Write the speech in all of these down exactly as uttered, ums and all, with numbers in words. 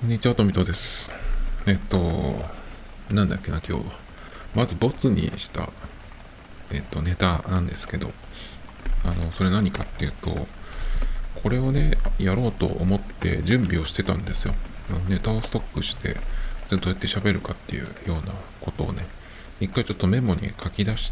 こんにちは、とみとです。えっと、なんだっけな、今日は。まず、ボツにした、えっと、ネタなんですけど、あの、それ何かっていうと、これをね、やろうと思って準備をしてたんですよ。ネタをストックして、どうやって喋るかっていうようなことをね、一回ちょっとメモに書き出して、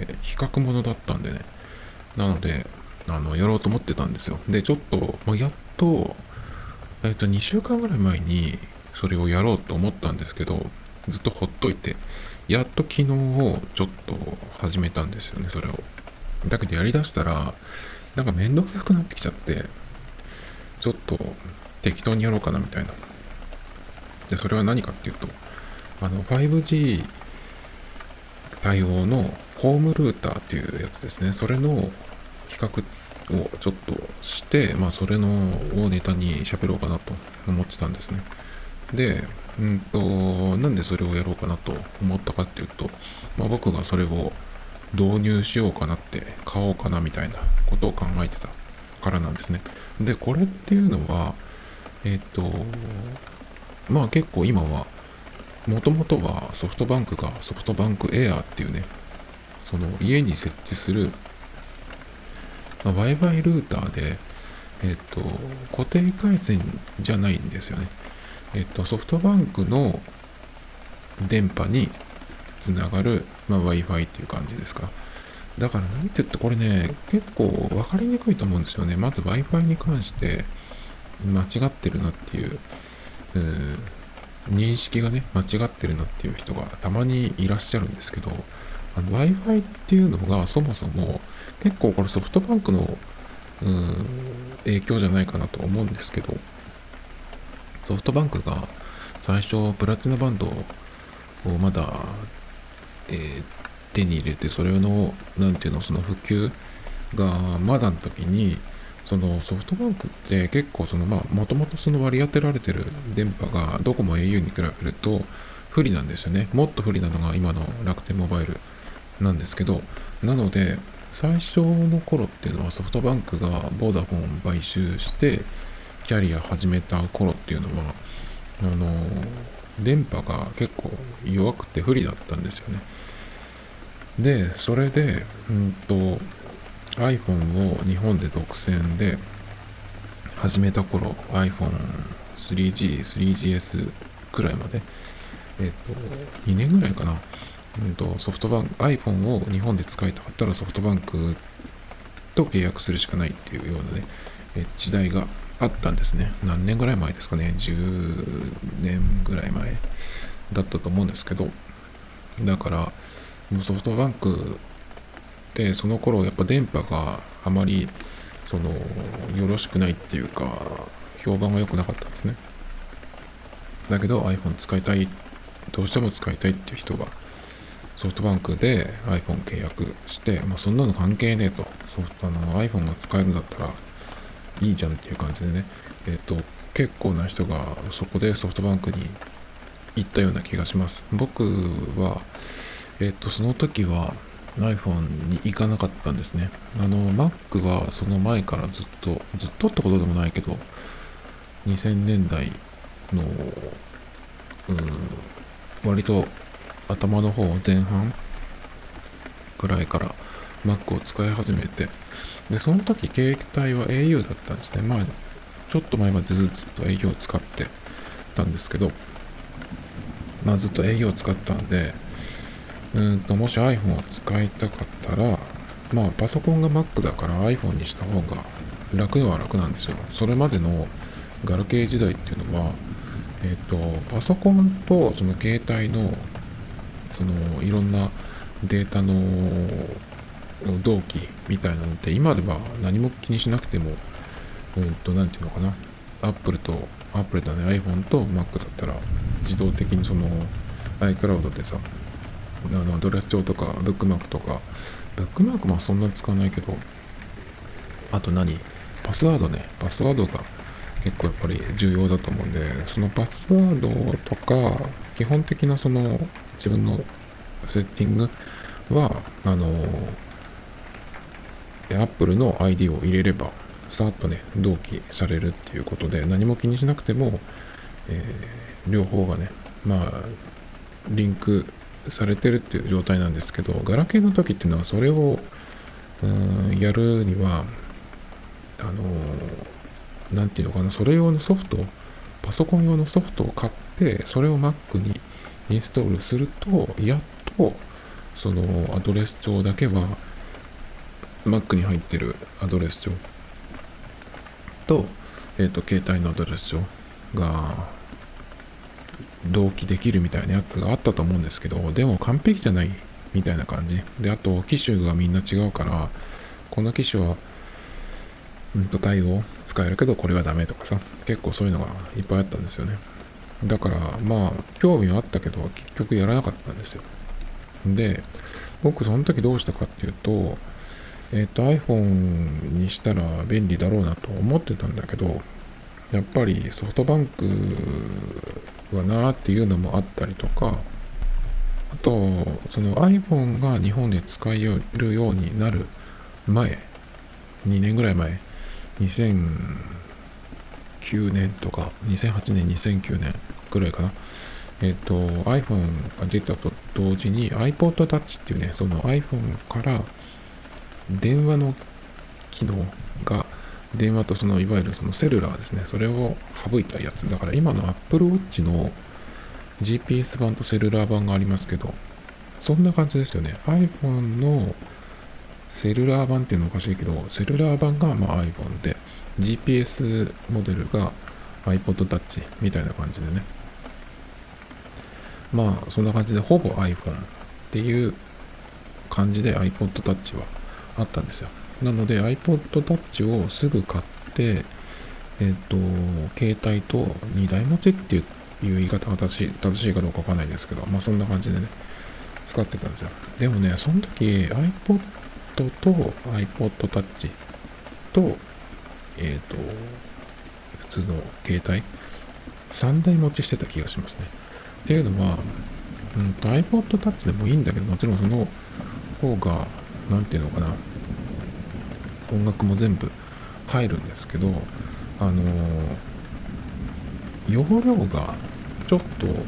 比較ものだったんでね。なので、あの、やろうと思ってたんですよ。で、ちょっと、まあ、やっと、えっと、にしゅうかんぐらい前にそれをやろうと思ったんですけど、ずっとほっといて、やっと昨日をちょっと始めたんですよね、それを。だけどやりだしたら、なんかめんどくさくなってきちゃって、ちょっと適当にやろうかなみたいな。で、それは何かっていうと、あの ファイブジー 対応のホームルーターっていうやつですね。それの比較をちょっとして、まあそれのをネタに喋ろうかなと思ってたんですね。で、うんと、なんでそれをやろうかなと思ったかっていうと、まあ、僕がそれを導入しようかなって、買おうかなみたいなことを考えてたからなんですね。で、これっていうのは、えっ、と、まあ結構今は、もともとはソフトバンクがソフトバンクエアーっていうね、その家に設置する、まあ、Wi-Fi ルーターで、えっ、と、固定回線じゃないんですよね。えっ、と、ソフトバンクの電波につながる、まあ、Wi-Fi っていう感じですか。だからなんて言ってこれね、結構分かりにくいと思うんですよね。まず Wi-Fi に関して間違ってるなっていう、うー認識がね、間違ってるなっていう人がたまにいらっしゃるんですけど、あの Wi-Fi っていうのがそもそも結構これソフトバンクのうーん影響じゃないかなと思うんですけど、ソフトバンクが最初プラチナバンドをまだえー手に入れて、それの、なんていうの、その普及がまだの時に、そのソフトバンクって結構そのまあもともとその割り当てられてる電波がどこも au に比べると不利なんですよね。もっと不利なのが今の楽天モバイルなんですけど、なので最初の頃っていうのはソフトバンクがボーダフォンを買収してキャリア始めた頃っていうのはあの電波が結構弱くて不利だったんですよね。で、それで、うんと、iPhone を日本で独占で始めた頃、アイフォンスリージー、スリージーエス くらいまで、えっと、にねんぐらいかな。うんと、ソフトバンク、iPhone を日本で使いたかったらソフトバンクと契約するしかないっていうようなね、え時代があったんですね。何年ぐらい前ですかね。じゅうねんぐらい前だったと思うんですけど、だから、ソフトバンクでその頃やっぱ電波があまりそのよろしくないっていうか評判が良くなかったんですね。だけど iPhone 使いたい、どうしても使いたいっていう人がソフトバンクで iPhone 契約して、まあ、そんなの関係ねえと、ソフトあの iPhone が使えるんだったらいいじゃんっていう感じでね、えっ、と結構な人がそこでソフトバンクに行ったような気がします。僕はえっ、とその時は iPhone に行かなかったんですね。あの Mac はその前からずっとずっとってことでもないけどにせんねんだいのうん割と頭の方前半くらいから Mac を使い始めて、でその時携帯は au だったんですね。まあちょっと前までずっと au を使ってたんですけど、まあずっと au を使ってたんで、うんともし iPhone を使いたかったら、まあパソコンが Mac だから iPhone にした方が楽は楽なんですよ。それまでのガラケー時代っていうのは、えっ、とパソコンとその携帯のそのいろんなデータの同期みたいなのって今では何も気にしなくても、うんとなんていうのかな、Apple と Apple だね、 iPhone と Mac だったら自動的にその iCloud でさ、あのアドレス帳とかブックマークとか、ブックマークもそんなに使わないけど、あと何パスワードね、パスワードが結構やっぱり重要だと思うんで、そのパスワードとか基本的なその自分のセッティングはあの Apple の アイディー を入れればさーっとね同期されるっていうことで、何も気にしなくてもえー両方がね、まあ、リンクされてるっていう状態なんですけど、ガラケーの時っていうのはそれをうーんやるには、あのーなんていうのかな、それ用のソフト、パソコン用のソフトを買って、それを Mac にインストールすると、やっと、そのアドレス帳だけは、Mac に入ってるアドレス帳と、えっ、と、携帯のアドレス帳が同期できるみたいなやつがあったと思うんですけど、でも完璧じゃないみたいな感じ。で、あと、機種がみんな違うから、この機種は、うんと対応使えるけど、これはダメとかさ、結構そういうのがいっぱいあったんですよね。だから、まあ、興味はあったけど、結局やらなかったんですよ。で、僕その時どうしたかっていうと、えっ、と iPhone にしたら便利だろうなと思ってたんだけど、やっぱりソフトバンクはなーっていうのもあったりとか、あと、その iPhone が日本で使えるようになる前、にねんぐらい前、にせんきゅうねんとか、にせんはちねん、にせんきゅうねんぐらいかな。えっ、と、iPhone が出たと同時に iPod Touch っていうね、その iPhone から電話の機能が、電話とそのいわゆるそのセルラーですね、それを省いたやつ。だから今の Apple Watch の ジーピーエス 版とセルラー版がありますけど、そんな感じですよね。iPhone のセルラー版っていうのはおかしいけど、セルラー版がまあ iPhone で、ジーピーエス モデルが iPod Touch みたいな感じでね。まあそんな感じでほぼ iPhone っていう感じで iPod Touch はあったんですよ。なので iPod Touch をすぐ買って、えっ、と、携帯とにだい持ちっていう言い方が正しい、正しいかどうかわかんないですけど、まあそんな感じでね、使ってたんですよ。でもね、その時 iPod と iPod Touch と、えっ、と、普通の携帯、さんだい持ちしてた気がしますね。っていうのは、うんと、iPod Touch でもいいんだけど、もちろんその方が、なんていうのかな、音楽も全部入るんですけど、あのー容量がちょっと、その、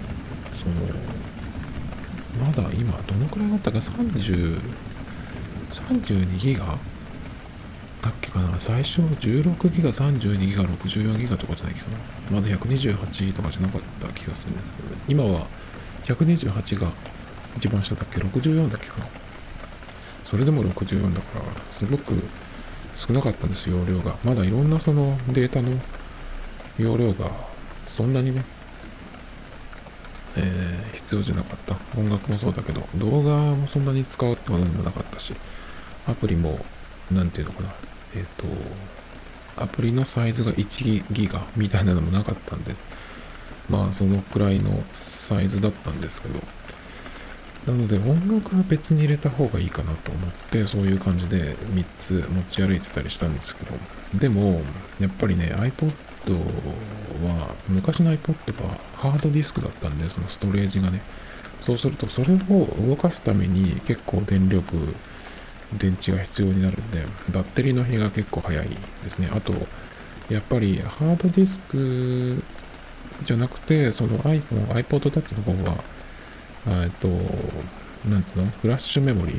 まだ今、どのくらいだったか、さんじゅう、さんじゅうにギガだっけかな。最初じゅうろくギガ、さんじゅうにギガ、ろくじゅうよんギガとかじゃないかな。まだひゃくにじゅうはちとかじゃなかった気がするんですけど、ね、今はひゃくにじゅうはちが一番下だっけ、ろくじゅうよんだっけかな。それでもろくじゅうよんだから、すごく少なかったんですよ、容量が。まだいろんなそのデータの容量がそんなにね、えー必要じゃなかった。音楽もそうだけど、動画もそんなに使うってことでもなかったし、アプリも、なんていうのかな、えっ、と、アプリのサイズがいちギガみたいなのもなかったんで、まあそのくらいのサイズだったんですけど、なので音楽は別に入れた方がいいかなと思って、そういう感じでみっつ持ち歩いてたりしたんですけど、でも、やっぱりね、iPod は、昔の iPod はハードディスクだったんで、そのストレージがね、そうするとそれを動かすために結構電力、電池が必要になるんで、バッテリーの減りが結構早いですね。あと、やっぱりハードディスクじゃなくて、その iPhone、iPod Touch の方は、えっと、なんていうのフラッシュメモリ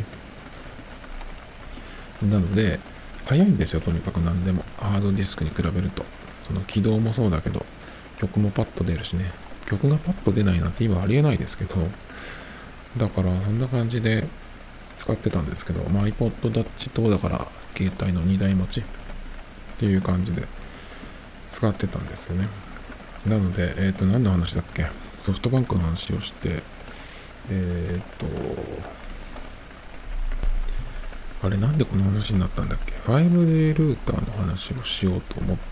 ーなので、早いんですよ、とにかく何でも。ハードディスクに比べると。その起動もそうだけど、曲もパッと出るしね。曲がパッと出ないなんて今ありえないですけど、だからそんな感じで使ってたんですけど、まあ、iPod Touch と、だから携帯のにだい持ちっていう感じで使ってたんですよね。なので、えっ、と、何の話だっけソフトバンクの話をして、えっ、と、あれなんでこの話になったんだっけ ?ファイブデー ルーターの話をしようと思って、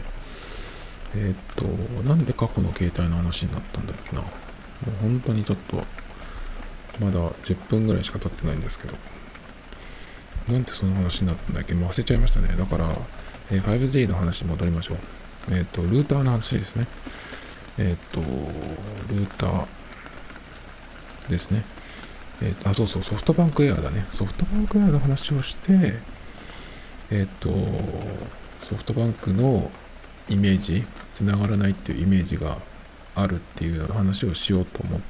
えっ、と、なんで過去の携帯の話になったんだっけな。もう本当にちょっと、まだじゅっぷんぐらいしか経ってないんですけど、なんでその話になったんだっけもう忘れちゃいましたね。だから、えー、ファイブジー の話に戻りましょう。えっ、と、ルーターの話ですね。えっ、と、ルーターですね。えー、あ、そうそう、ソフトバンクエアだね。ソフトバンクエアの話をして、えっ、と、ソフトバンクのイメージ、つながらないっていうイメージがあるっていう話をしようと思って、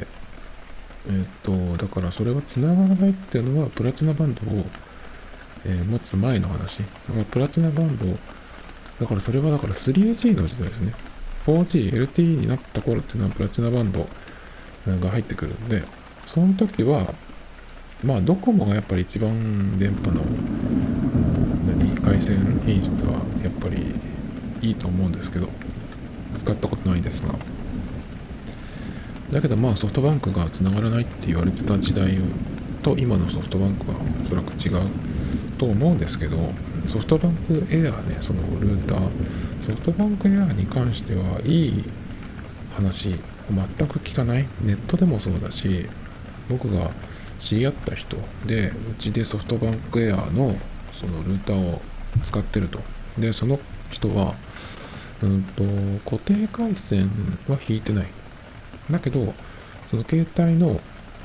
えっと、だからそれは繋がらないっていうのは、プラチナバンドを、えー持つ前の話。だからプラチナバンド、だからそれはだから スリージー の時代ですね。フォージー、エルティー になった頃っていうのはプラチナバンドが入ってくるんで、その時は、まあドコモがやっぱり一番電波の、うん、何、回線品質はやっぱりいいと思うんですけど、使ったことないですが。だけどまあソフトバンクが繋がらないって言われてた時代と今のソフトバンクはおそらく違うと思うんですけど、ソフトバンクエアね、そのルーター、ソフトバンクエアに関してはいい話全く聞かない。ネットでもそうだし、僕が知り合った人で、うちでソフトバンクエアのそのルーターを使ってると。で、その人は、うんと、固定回線は引いてない。だけど、その携帯の、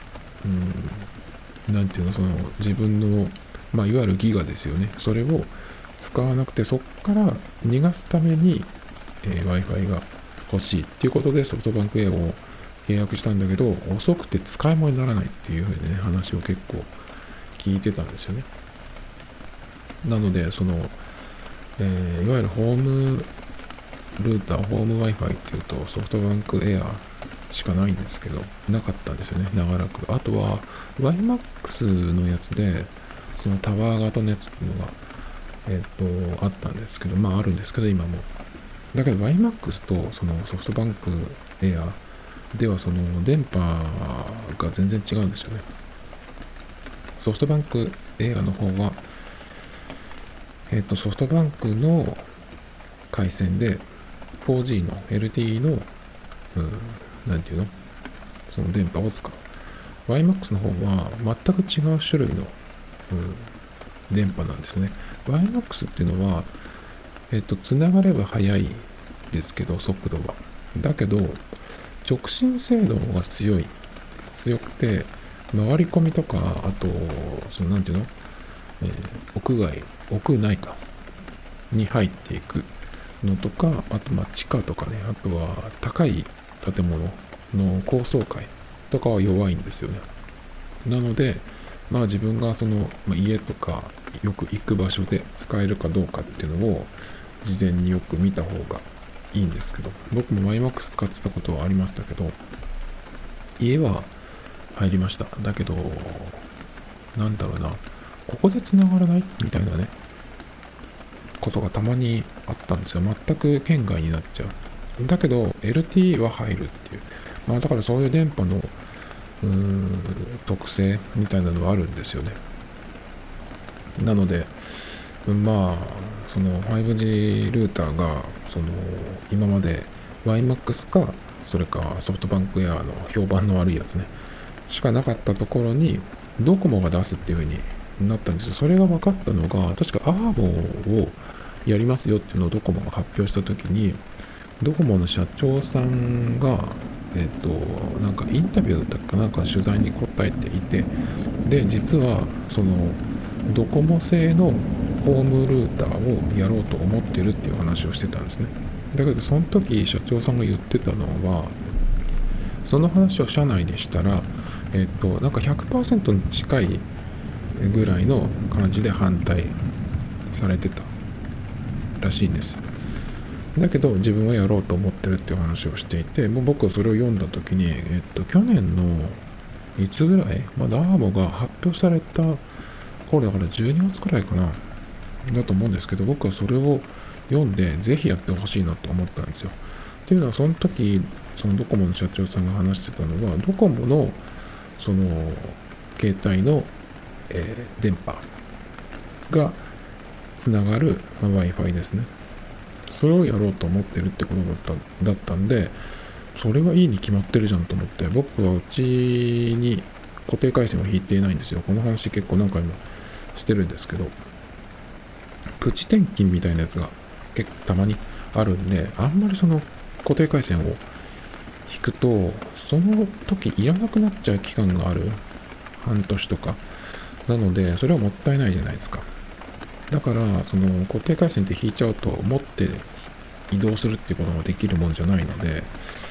うん、なんていうの、その自分の、まあ、いわゆるギガですよね。それを使わなくて、そっから逃がすために、えー、Wi-Fi が欲しいっていうことでソフトバンクエアを契約したんだけど、遅くて使い物にならないっていうふうにね、話を結構聞いてたんですよね。なので、その、えー、いわゆるホームルーター、ホーム Wi-Fi っていうとソフトバンクエアしかないんですけど、なかったんですよね、長らく。あとは ワイマックス のやつで、そのタワー型のやつっていうのが、えっと、あったんですけど、まああるんですけど、今も。だけど ワイマックス とそのソフトバンクエアではその電波が全然違うんですよね。ソフトバンクエアの方は、えっと、ソフトバンクの回線で フォージー の エルティー の、うん、なんていうのその電波を使う。ワイマックス の方は全く違う種類の、うん、電波なんですよね。ワイマックス っていうのは、えっと、繋がれば速いですけど、速度は。だけど、直進性能が強い。強くて、回り込みとか、あと、その、なんていうの、えー、屋外、屋内か、に入っていくのとか、あと、まあ、地下とかね、あとは、高い建物の高層階とかは弱いんですよね。なので、まあ自分がその、まあ、家とかよく行く場所で使えるかどうかっていうのを事前によく見た方がいいんですけど、僕も ワイマックス 使ってたことはありましたけど、家は入りました。だけど、なんだろうな、ここで繋がらないみたいなね、ことがたまにあったんですよ。全く圏外になっちゃう。だけど、エルティー は入るっていう。まあだからそういう電波のうーん特性みたいなのはあるんですよね。なので、まあ、その ファイブジー ルーターが、その、今まで ワイマックス か、それかソフトバンクエアの評判の悪いやつね、しかなかったところに、ドコモが出すっていう風になったんですよ。それが分かったのが、確か アーモをやりますよっていうのをドコモが発表したときに、ドコモの社長さんが、えっと、なんかインタビューだったかなんか取材に答えていて、で、実は、その、ドコモ製のホームルーターをやろうと思ってるっていう話をしてたんですね。だけど、その時、社長さんが言ってたのは、その話を社内でしたら、えっと、なんか ひゃくパーセント に近いぐらいの感じで反対されてたらしいんです。だけど自分はやろうと思ってるっていう話をしていて、もう僕はそれを読んだ時に、えっと、去年のいつぐらい、まだアーモが発表された頃だからじゅうにがつくらいかな、だと思うんですけど、僕はそれを読んでぜひやってほしいなと思ったんですよ。っていうのは、その時、そのドコモの社長さんが話してたのは、ドコモのその携帯の、えー、電波がつながる、まあ、Wi-Fi ですね。それをやろうと思ってるってことだっただったんで、それはいいに決まってるじゃんと思って、僕はうちに固定回線を引いていないんですよ。この話結構何回もしてるんですけど、プチ転勤みたいなやつが結構たまにあるんで、あんまりその固定回線を引くと、その時いらなくなっちゃう期間がある。半年とか。なので、それはもったいないじゃないですか。だから、その固定回線って引いちゃうと、持って移動するっていうこともできるもんじゃないので、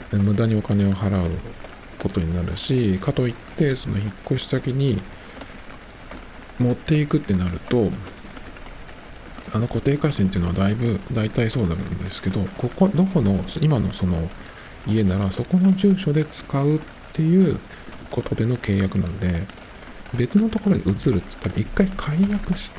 無駄にお金を払うことになるし、かといってその引っ越し先に持っていくってなると、あの固定回線っていうのはだいぶ大体そうなんですけど、ここどこの今のその家ならそこの住所で使うっていうことでの契約なんで、別のところに移るって多分一回解約して、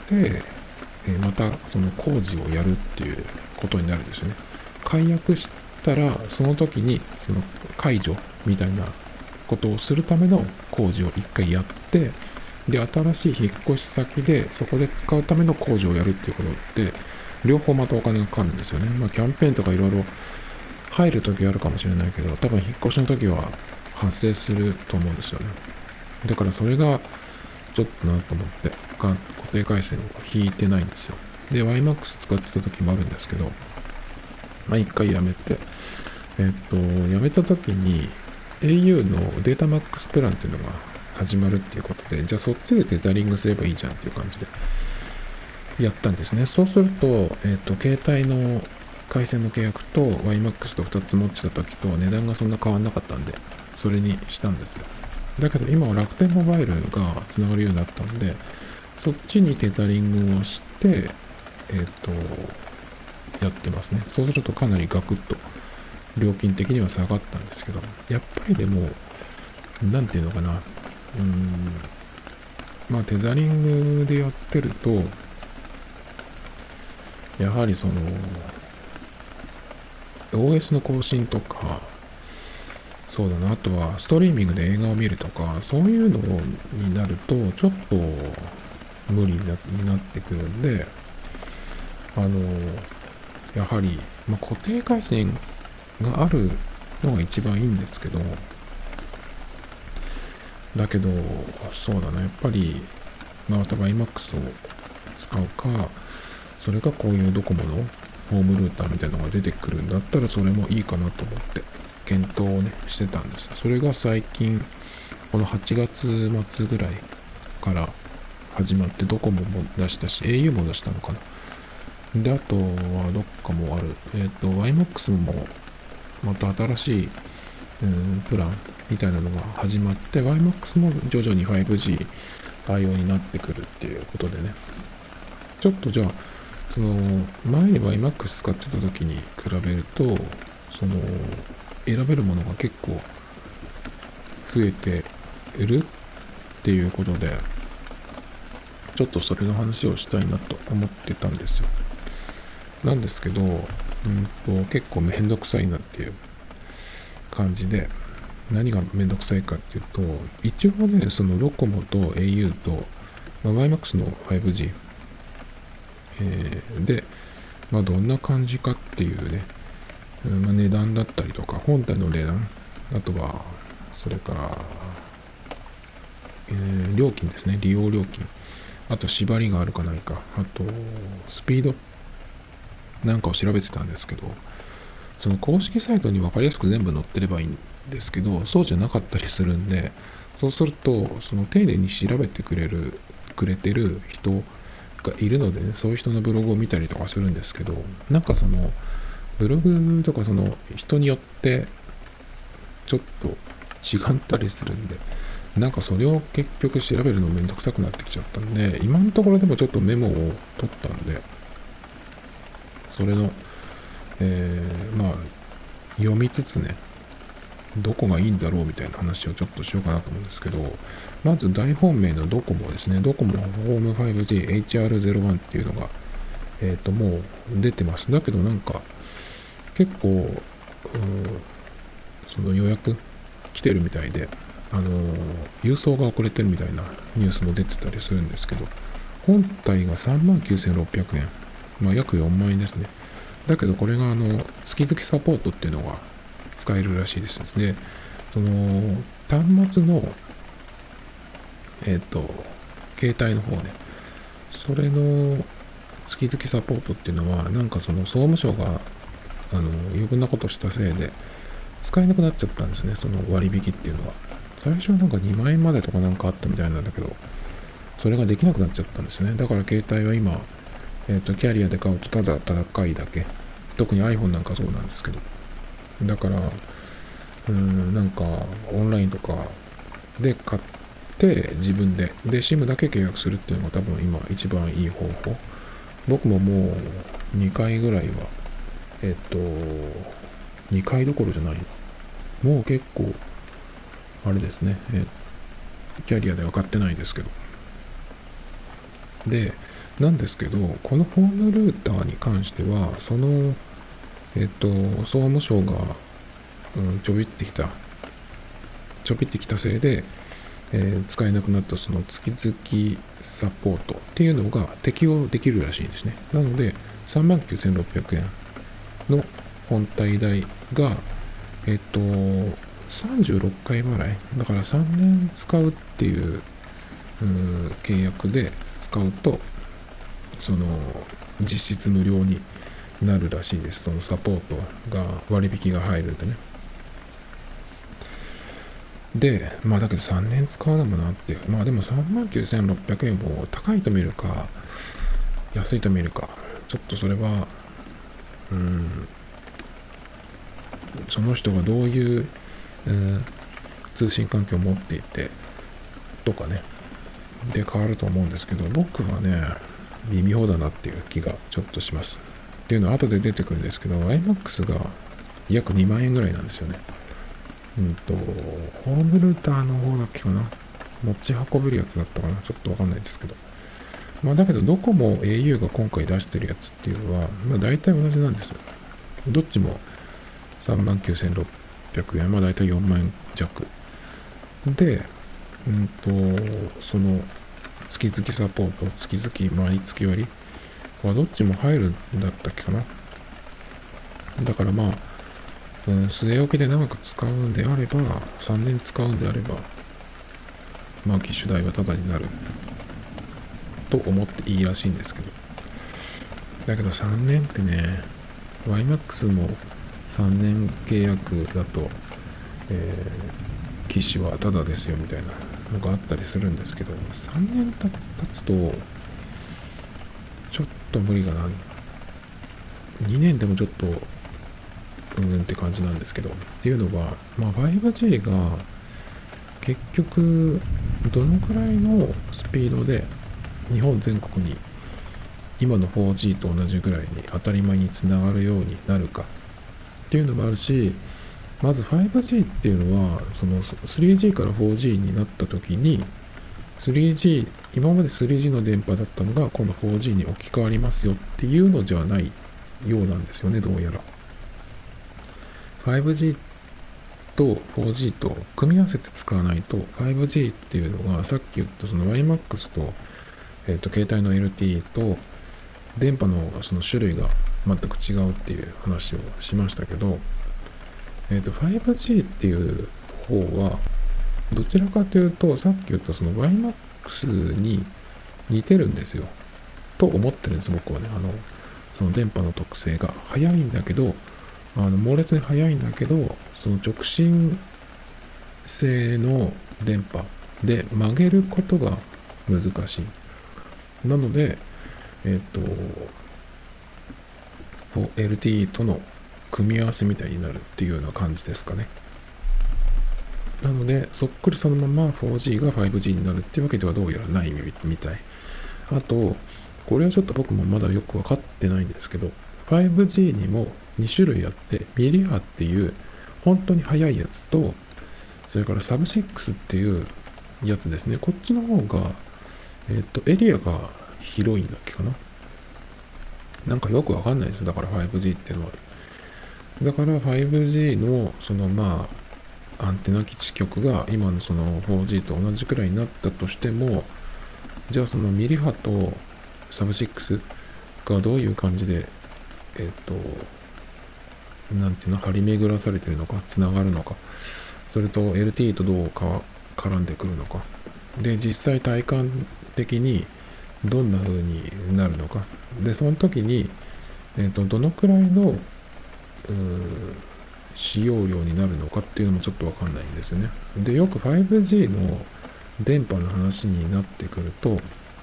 えまたその工事をやるっていうことになるんですよね。解約したらその時にその解除みたいなことをするための工事を一回やって、で新しい引っ越し先でそこで使うための工事をやるっていうことって両方またお金がかかるんですよね。まあキャンペーンとかいろいろ入る時あるかもしれないけど、多分引っ越しの時は発生すると思うんですよね。だからそれがちょっとなと思って固定回線を引いてないんですよ。で ワイマックス 使ってた時もあるんですけど、まあ一回やめて、えっとやめた時に エーユー のデータマックスプランっていうのが始まるっていうことで、じゃあそっちでテザリングすればいいじゃんっていう感じでやったんですね。そうすると、えっと携帯の回線の契約と ワイマックス とふたつ持ってた時と値段がそんな変わんなかったんで、それにしたんですよ。だけど今は楽天モバイルがつながるようになったので、そっちにテザリングをして、えっと、やってますね。そうするとかなりガクッと料金的には下がったんですけど、やっぱりでも、なんていうのかな、うーん、まあテザリングでやってると、やはりその、オーエス の更新とか、そうだな、あとはストリーミングで映画を見るとか、そういうのになると、ちょっと無理になってくるんで、あの、やはり、まあ、固定回線があるのが一番いいんですけど、だけど、そうだな、やっぱり、まあ、また ワイマックス を使うか、それかこういうドコモのホームルーターみたいなのが出てくるんだったら、それもいいかなと思って、検討をね、してたんです。それが最近、このはちがつ末ぐらいから始まって、ドコモも出したし、エーユー も出したのかな。で、あとはどっかもある。えっと、ワイマックス もまた新しい、うん、プランみたいなのが始まって、ワイマックス も徐々に ファイブジー 対応になってくるっていうことでね。ちょっとじゃあ、その、前に ワイマックス 使ってた時に比べると、その、選べるものが結構増えているっていうことで、ちょっとそれの話をしたいなと思ってたんですよ。なんですけど、うんと結構めんどくさいなっていう感じで、何がめんどくさいかっていうと、一応ね、そのドコモと エーユー と、まあ、ワイマックス の ファイブジー、えー、で、まあ、どんな感じかっていうね、うんまあ、値段だったりとか、本体の値段、あとは、それから、えー、料金ですね、利用料金。あと縛りがあるかないか、あとスピードなんかを調べてたんですけど、その公式サイトに分かりやすく全部載ってればいいんですけど、そうじゃなかったりするんで、そうするとその丁寧に調べてくれるくれてる人がいるのでね、そういう人のブログを見たりとかするんですけど、なんかそのブログとかその人によってちょっと違ったりするんで、なんかそれを結局調べるのめんどくさくなってきちゃったんで、今のところでもちょっとメモを取ったんで、それの、えー、まあ、読みつつね、どこがいいんだろうみたいな話をちょっとしようかなと思うんですけど、まず大本命のドコモですね。ドコモホーム ファイブジーエイチアールゼロワン っていうのが、えっと、もう出てます。だけどなんか、結構、その予約来てるみたいで、あの郵送が遅れてるみたいなニュースも出てたりするんですけど、本体が さんまんきゅうせんろっぴゃくえん、まあ約よんまんえんですね。だけどこれがあの月々サポートっていうのが使えるらしいですね。その端末のえっ、ー、と携帯の方ね、それの月々サポートっていうのはなんかその総務省があの余分なことしたせいで使えなくなっちゃったんですね、その割引っていうのは。最初はなんかにまんえんまでとかなんかあったみたいなんだけど、それができなくなっちゃったんですよね。だから携帯は今、えっと、キャリアで買うとただ高いだけ。特に iPhone なんかそうなんですけど。だから、 うん、なんかオンラインとかで買って自分で、で、SIM だけ契約するっていうのが多分今一番いい方法。僕ももうにかいぐらいは、えっと、にかいどころじゃないな。もう結構、あれですね、えキャリアでは買ってないですけど。で、なんですけど、このホームルーターに関しては、その、えっと、総務省が、うん、ちょびってきた、ちょびってきたせいで、えー使えなくなったその月々サポートっていうのが適用できるらしいんですね。なので、さんまんきゅうせんろっぴゃくえんの本体代が、えっと、さんじゅうろっかい払い。だからさんねん使うっていう、うー契約で使うと、その、実質無料になるらしいです。そのサポートが、割引が入るんでね。で、まあだけどさんねん使うのもなっていう。まあでもさんまんきゅうせんろっぴゃくえんも高いと見るか、安いと見るか、ちょっとそれは、うん、その人がどういう、うん、通信環境を持っていて、とかね、で変わると思うんですけど、僕はね、微妙だなっていう気がちょっとします。っていうのは後で出てくるんですけど、アイマックス が約にまん円ぐらいなんですよね。うんと、ホームルーターの方だっけかな。持ち運べるやつだったかな。ちょっとわかんないですけど。まあだけど、どこも au が今回出してるやつっていうのは、まあ大体同じなんですよ。どっちもさんまんきゅうせんろっぴゃくえん、まあ大体よんまん円弱。で、うんと、その、月々サポート、月々毎月割はどっちも入るんだったっけかな。だからまあ、うん、据え置きで長く使うんであれば、さんねん使うんであれば、まあ機種代はタダになると思っていいらしいんですけど。だけどさんねんってね、ワイマックス もさんねん契約だと、えー、機種はタダですよみたいなのがあったりするんですけど、さんねん経つと、ちょっと無理かな。にねんでもちょっと、うーんって感じなんですけど。っていうのは、まあ ファイブジー が結局、どのくらいのスピードで日本全国に今の フォージー と同じぐらいに当たり前につながるようになるかっていうのもあるし、まず ファイブジー っていうのはその スリージー から フォージー になった時に スリージー 今まで スリージー の電波だったのが今度 フォージー に置き換わりますよっていうのじゃないようなんですよね、どうやら。ファイブジー と フォージー と組み合わせて使わないと ファイブジー っていうのがさっき言ったその ワイマックス と、えっと携帯の エルティー と電波のその種類が全く違うっていう話をしましたけど、えっと ファイブジー っていう方はどちらかというとさっき言ったその ワイマックス に似てるんですよと思ってるんです、僕はね。あのその電波の特性が速いんだけど、あの猛烈に速いんだけど、その直進性の電波で曲げることが難しい。なので、えっ、と、エルティー との組み合わせみたいになるっていうような感じですかね。なので、そっくりそのまま フォージー が ファイブジー になるっていうわけではどうやらないみたい。あと、これはちょっと僕もまだよくわかってないんですけど、ファイブジー にもに種類あって、ミリ波っていう本当に速いやつと、それからサブシックスっていうやつですね。こっちの方が、えっと、エリアが広いんだっけかな。なんかよくわかんないです。だから ファイブジー っていうのは。だから ファイブジー のそのまあ、アンテナ基地局が今のその フォージー と同じくらいになったとしても、じゃあそのミリ波とサブシックスがどういう感じで、えっと、なんていうの、張り巡らされてるのか、つながるのか、それと エルティー とどうか絡んでくるのか。で、実際体感的にどんな風になるのか。で、その時に、えっと、どのくらいの、使用量になるのかっていうのもちょっとわかんないんですよね。で、よく ファイブジー の電波の話になってくると、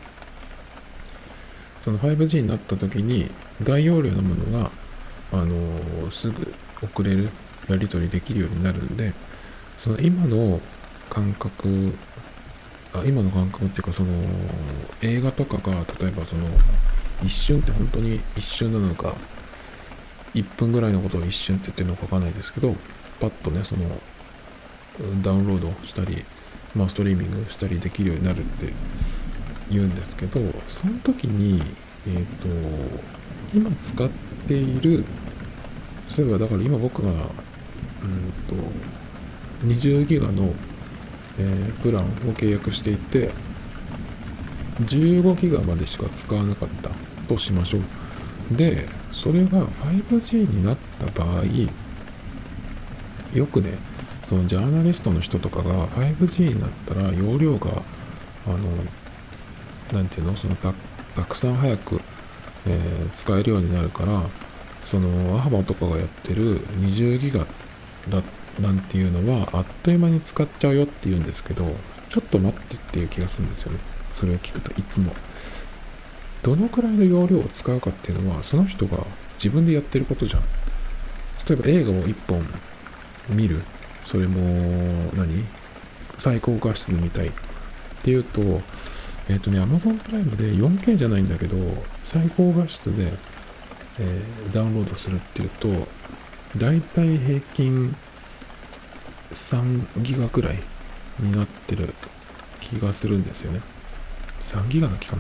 その ファイブジー になった時に大容量のものが、あのーすぐ送れるやり取りできるようになるんで、その今の感覚あ今の感覚っていうか、その映画とかが例えばその一瞬って本当に一瞬なのかいっぷんぐらいのことを一瞬って言ってるのかわかんないですけど、パッとねそのダウンロードしたり、まあ、ストリーミングしたりできるようになるって言うんですけど、その時にえっ、ー、と今使っている、例えばだから今僕がうんとにじゅうギガの、えー、プランを契約していてじゅうごギガまでしか使わなかったとしましょう。でそれが ファイブジー になった場合、よくねそのジャーナリストの人とかが ファイブジー になったら容量があのなんていうのその た, たくさん早く、えー、使えるようになるから、そのアハバとかがやってるにじゅうギガだなんていうのはあっという間に使っちゃうよって言うんですけど、ちょっと待ってっていう気がするんですよね。それを聞くといつもどのくらいの容量を使うかっていうのはその人が自分でやってることじゃん。例えば映画をいっぽん見る、それも何最高画質で見たいっていうと、えっ、ー、とね Amazon プライムで よんケー じゃないんだけど最高画質で、えー、ダウンロードするっていうとだいたい平均さんギガくらいになってる気がするんですよね。さんギガの気かな。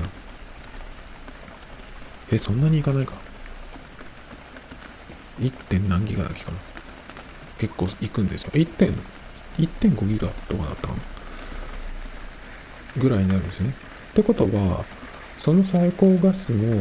えそんなにいかないか。 いってん 何ギガだっけかな。結構いくんですよ。いってんごギガとかだったかなぐらいになるんですよね。ってことはその最高画質の、うん、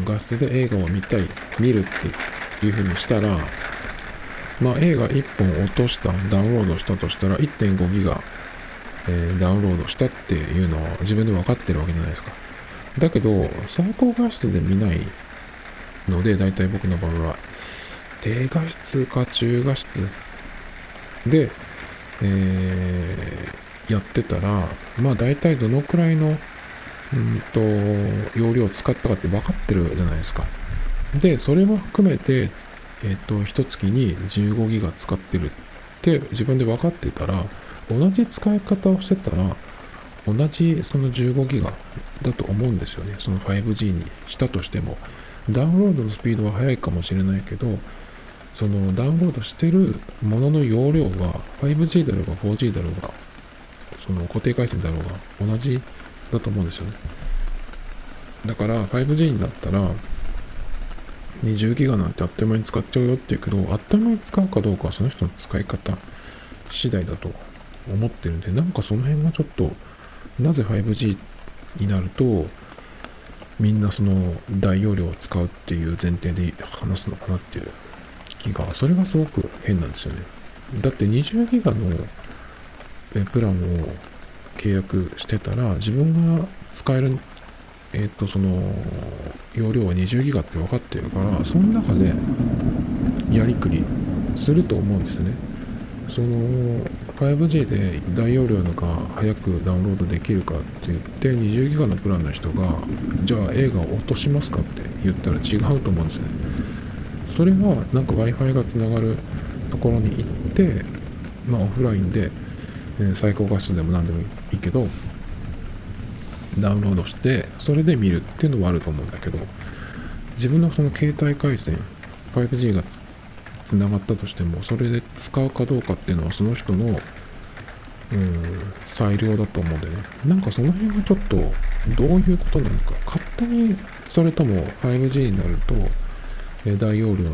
画質で映画を見たい見るっていう風にしたら、まあ映画いっぽん落としたダウンロードしたとしたら いってんごギガ、えー、ダウンロードしたっていうのは自分で分かってるわけじゃないですか。だけど最高画質で見ないので、だいたい僕の場合は低画質か中画質で、えー、やってたら、まあ大体どのくらいのうんと容量を使ったかって分かってるじゃないですか。でそれも含めてえっと一月にじゅうごギガ使ってるって自分で分かってたら、同じ使い方をしてたら同じそのじゅうごギガだと思うんですよね。その ファイブジー にしたとしてもダウンロードのスピードは速いかもしれないけど、そのダウンロードしてるものの容量は ファイブジー だろうが フォージー だろうがその固定回線だろうが同じだと思うんですよね。だから ファイブジー になったらにじゅうギガなんてあっという間に使っちゃうよっていうけど、あっという間に使うかどうかはその人の使い方次第だと思ってるんで、なんかその辺がちょっとなぜ ファイブジー になるとみんなその大容量を使うっていう前提で話すのかなっていう気が、それがすごく変なんですよね。だってにじゅうギガのプランを契約してたら自分が使えるえっ、ー、とその容量はにじゅうギガって分かってるから、その中でやりくりすると思うんですよね。その ファイブジー で大容量のが早くダウンロードできるかって言ってにじゅうギガのプランの人がじゃあ映画を落としますかって言ったら違うと思うんですよね。それはなんか Wi-Fi がつながるところに行ってまあオフラインで、えー、最高画質でも何でもいいけどダウンロードしてそれで見るっていうのはあると思うんだけど、自分のその携帯回線 ファイブジー が つ, つながったとしてもそれで使うかどうかっていうのはその人のうん裁量だと思うんでね。なんかその辺がちょっとどういうことなのか、勝手にそれとも ファイブジー になると、えー、大容量の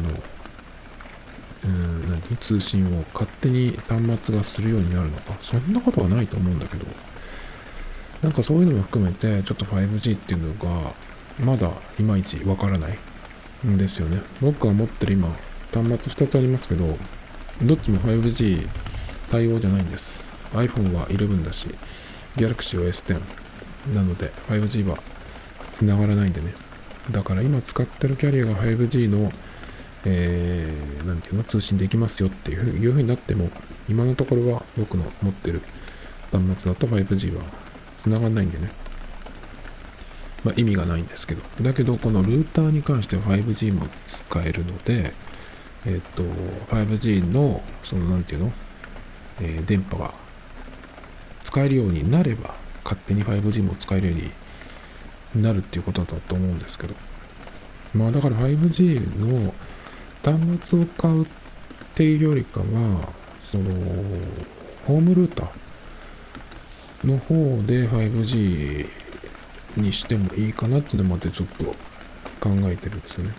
うん何通信を勝手に端末がするようになるのか、そんなことはないと思うんだけど、なんかそういうのも含めてちょっと ファイブジー っていうのがまだいまいちわからないんですよね。僕が持ってる今端末ふたつありますけど、どっちも ファイブジー 対応じゃないんです。 iPhone はじゅういちだし Galaxy は エステン なので ファイブジー は繋がらないんでね。だから今使ってるキャリアが ファイブジー のえー、なんていうの通信できますよっていういう風になっても、今のところは僕の持ってる端末だと ファイブジー は繋がんないんでね、まあ意味がないんですけど、だけどこのルーターに関しては ファイブジー も使えるので、 えっと ファイブジー のそのなんていうの、えー電波が使えるようになれば勝手に ファイブジー も使えるようになるっていうことだと思うんですけど、まあだから ファイブジー の端末を買うっていうよりかは、そのホームルーターの方で ファイブジー にしてもいいかなっていうのまでちょっと考えてるんですよね。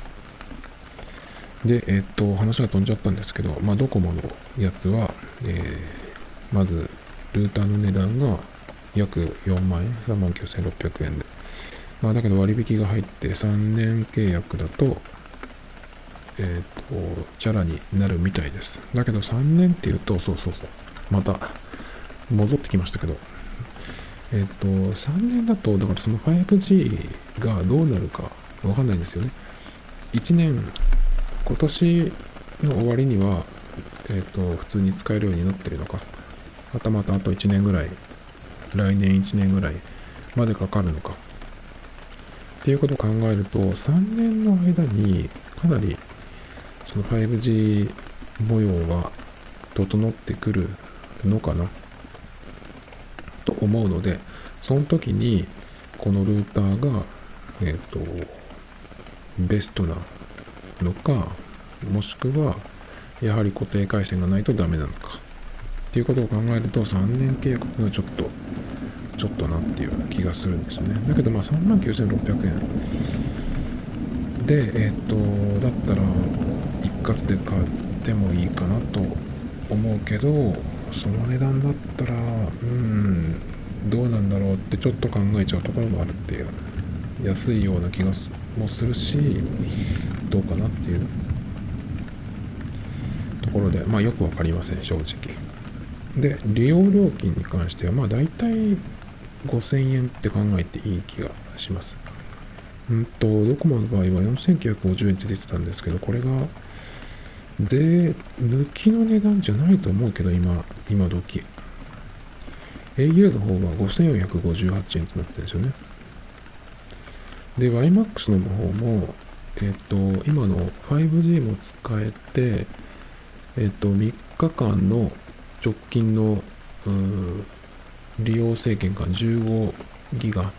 で、えっと、話が飛んじゃったんですけど、まあドコモのやつは、えー、まずルーターの値段が約よんまんえん、さんまんきゅうせんろっぴゃくえんで、まあだけど割引が入ってさんねん契約だと、えっと、チャラになるみたいです。だけどさんねんっていうと、そうそうそう、また戻ってきましたけど、えっと、さんねんだと、だからその ファイブジー がどうなるかわかんないんですよね。いちねん、今年の終わりには、えっと、普通に使えるようになってるのか、はたまたあといちねんぐらい、来年いちねんぐらいまでかかるのか。っていうことを考えると、さんねんの間にかなりその ファイブジー 模様が整ってくるのかなと思うので、その時にこのルーターが、えっと、ベストなのか、もしくはやはり固定回線がないとダメなのかっていうことを考えると、さんねん契約っていうのはちょっとちょっとなっていう気がするんですよね。だけどまあさんまんきゅうせんろっぴゃくえんで、えっとだったら一括で買ってもいいかなと思うけど、その値段だったらうーんどうなんだろうってちょっと考えちゃうところもあるっていう、安いような気がもするし、どうかなっていうところで、まあよくわかりません正直で。利用料金に関してはまあ大体ごせんえんって考えていい気がします。うんとドコモの場合はよんせんきゅうひゃくごじゅうえんって出てたんですけど、これが税抜きの値段じゃないと思うけど、今今時 エーユー の方はごせんよんひゃくごじゅうはちえんとなってるんですよね。で ワイマックス の方もえっと今の ファイブジー も使えて、えっとみっかかんの直近のうー利用制限がじゅうごギガ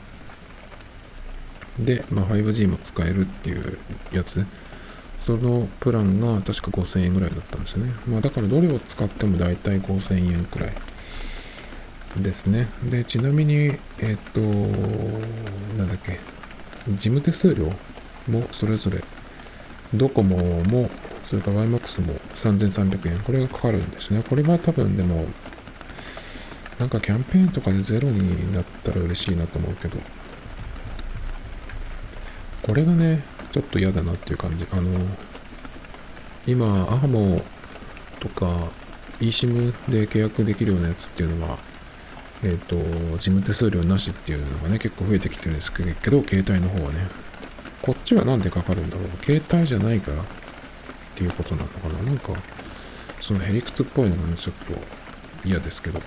で、まあ、ファイブジー も使えるっていうやつ、そのプランが確かごせんえんぐらいだったんですよね。まあだからどれを使ってもだいたいごせんえんくらいですね。で、ちなみに、えっと、なんだっけ、事務手数料もそれぞれ、ドコモも、それから ワイマックス もさんぜんさんびゃくえん、これがかかるんですね。これは多分でも、なんかキャンペーンとかでゼロになったら嬉しいなと思うけど、これがね、ちょっと嫌だなっていう感じ。あの、今、アハモとか eSIM で契約できるようなやつっていうのは、えっと、事務手数料なしっていうのがね、結構増えてきてるんですけど、携帯の方はね。こっちはなんでかかるんだろう。携帯じゃないからっていうことなのかな。なんか、そのヘリクツっぽいのがね、ちょっと嫌ですけど。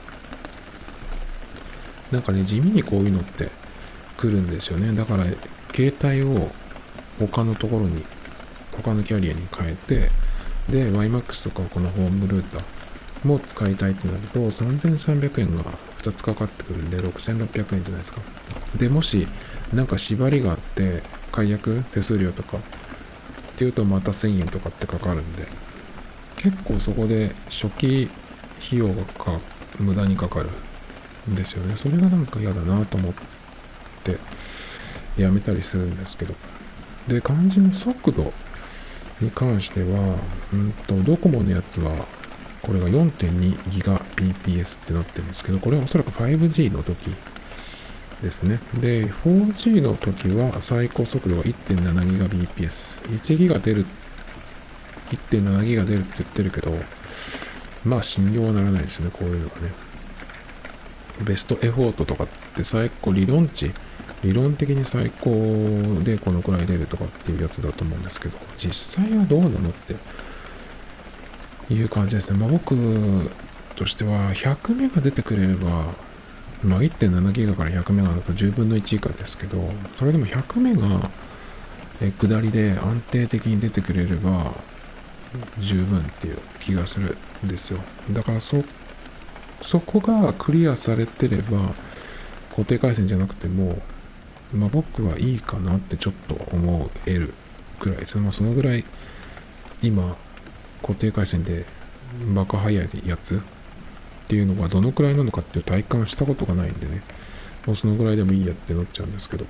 なんかね、地味にこういうのって来るんですよね。だから、携帯を他のところに、他のキャリアに変えて、で、ワイマックス とかこのホームルーターも使いたいってなると、さんぜんさんびゃくえんがふたつかかってくるんで、ろくせんろっぴゃくえんじゃないですか。で、もし、なんか縛りがあって、解約手数料とかっていうとまたせんえんとかってかかるんで、結構そこで初期費用がか無駄にかかるんですよね。それがなんか嫌だなと思ってやめたりするんですけど。で、肝心の速度に関しては、うんとドコモのやつはこれが よんてんにギガビーピーエス ってなってるんですけど、これはおそらく ファイブジー の時ですね。で、フォージー の時は最高速度が いってんななギガビーピーエス。いちギガ出る、いってんななギガ出るって言ってるけど、まあ信用はならないですよね、こういうのがね。ベストエフォートとかって最高理論値、理論的に最高でこのくらい出るとかっていうやつだと思うんですけど、実際はどうなのっていう感じですね。まあ僕としてはひゃくメガ出てくれれば、まあ いってんななギガからひゃくメガだとじゅうぶんのいち以下ですけど、それでもひゃくメガえ下りで安定的に出てくれれば、 十分っていう気がするんですよ。だからそそこがクリアされてれば固定回線じゃなくても、まあ、僕はいいかなってちょっと思えるくらいですね。まあ、そのぐらい今固定回線でバカ速いやつっていうのがどのくらいなのかっていう体感したことがないんでね、もうそのぐらいでもいいやってなっちゃうんですけど。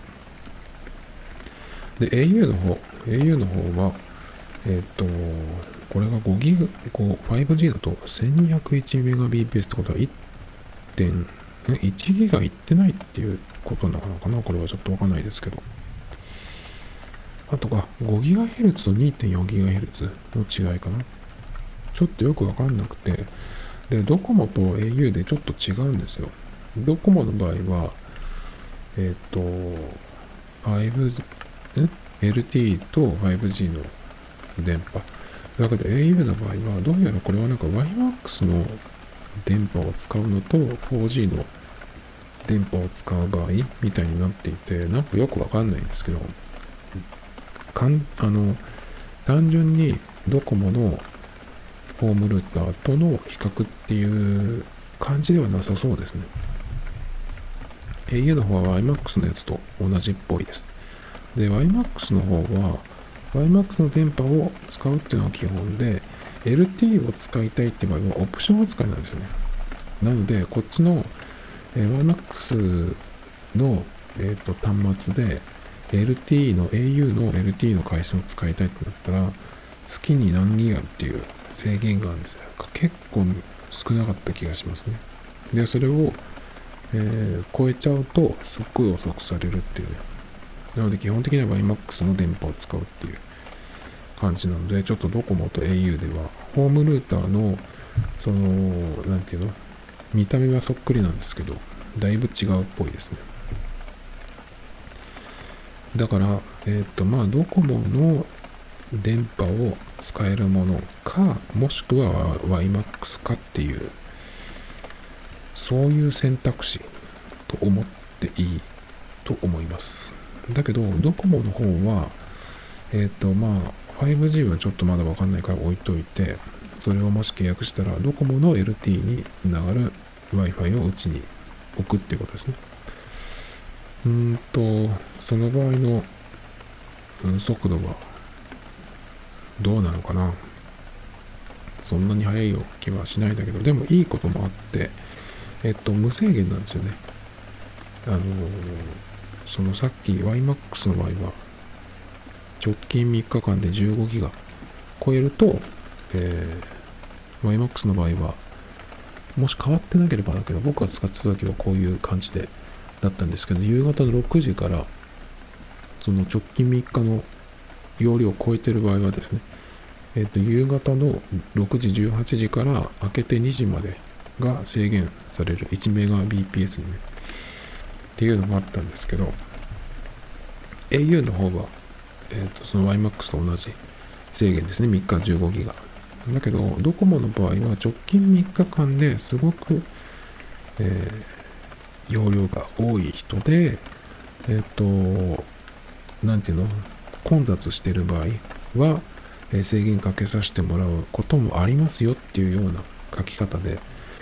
で au の方 au の方はえっ、とこれがごギガ ファイブジー だと せんにひゃくいちメガビーピーエス ってことは いってんいちギガいってないっていうことなのかな。これはちょっとわかんないですけど、あとが ごギガヘルツ と にてんよんギガヘルツ の違いかな。ちょっとよくわかんなくて、でドコモと au でちょっと違うんですよ。ドコモの場合はえっ、と ファイブジー ん エルティー と ファイブジー の電波だけど au の場合はどうやらこれはなんか ワイマックス の電波を使うのと フォージー の電波を使う場合みたいになっていて、なんかよくわかんないんですけど、かんあの単純にドコモのホームルーターとの比較っていう感じではなさそうですね。 au の方は ワイマックス のやつと同じっぽいです。で ワイマックス の方は ワイマックス の電波を使うっていうのが基本で、 エルティー を使いたいって場合はオプション扱いなんですよね。なのでこっちの ワイマックス の、えー、と端末で エルティー の au の エルティー の回線を使いたいってなったら月に何ギガっていう制限があるんですよ。結構少なかった気がしますね。でそれを、えー、超えちゃうとすっごい遅くされるっていうね。なので基本的には ワイマックス の電波を使うっていう感じなので、ちょっとドコモと au ではホームルーターのそのなんていうの見た目はそっくりなんですけどだいぶ違うっぽいですね。だからえっ、とまあドコモの電波を使えるものか、もしくは ワイマックス かっていう、そういう選択肢と思っていいと思います。だけどドコモの方はえっ、とまあ ファイブジー はちょっとまだわかんないから置いといて、それをもし契約したらドコモの エルティー につながる Wi-Fi をうちに置くっていうことですね。うーんとその場合の、うん、速度はどうなのかな。そんなに速い気はしないんだけど、でもいいこともあって、えっと無制限なんですよね。あのー、そのさっき ワイマックス の場合は直近みっかかんでじゅうごギガ超えると、えー、ワイマックス の場合はもし変わってなければだけど、僕が使ってた時はこういう感じでだったんですけど、夕方のろくじからその直近みっかの容量を超えてる場合はですね、えっと夕方のろくじじゅうはちじから明けてにじまでが制限される いちメガビーピーエス にねっていうのもあったんですけど、 au の方は、えっとその ワイマックス と同じ制限ですね。みっかじゅうごギガだけど、ドコモの場合は直近みっかかんですごく、えー、容量が多い人で、えっとなんていうの混雑してる場合は、えー、制限かけさせてもらうこともありますよっていうような書き方で、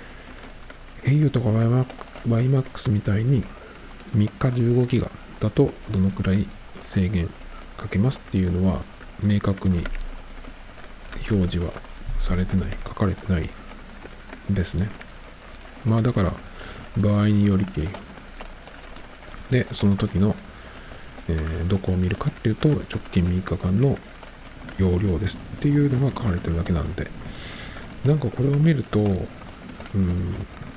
au とか ワイマックス みたいにみっかじゅうごギガだとどのくらい制限かけますっていうのは明確に表示はされてない、書かれてないですね。まあだから場合によりきりで、その時の、えー、どこを見るかっていうと直近みっかかんの容量ですっていうのが書かれてるだけなんで、なんかこれを見るとうーん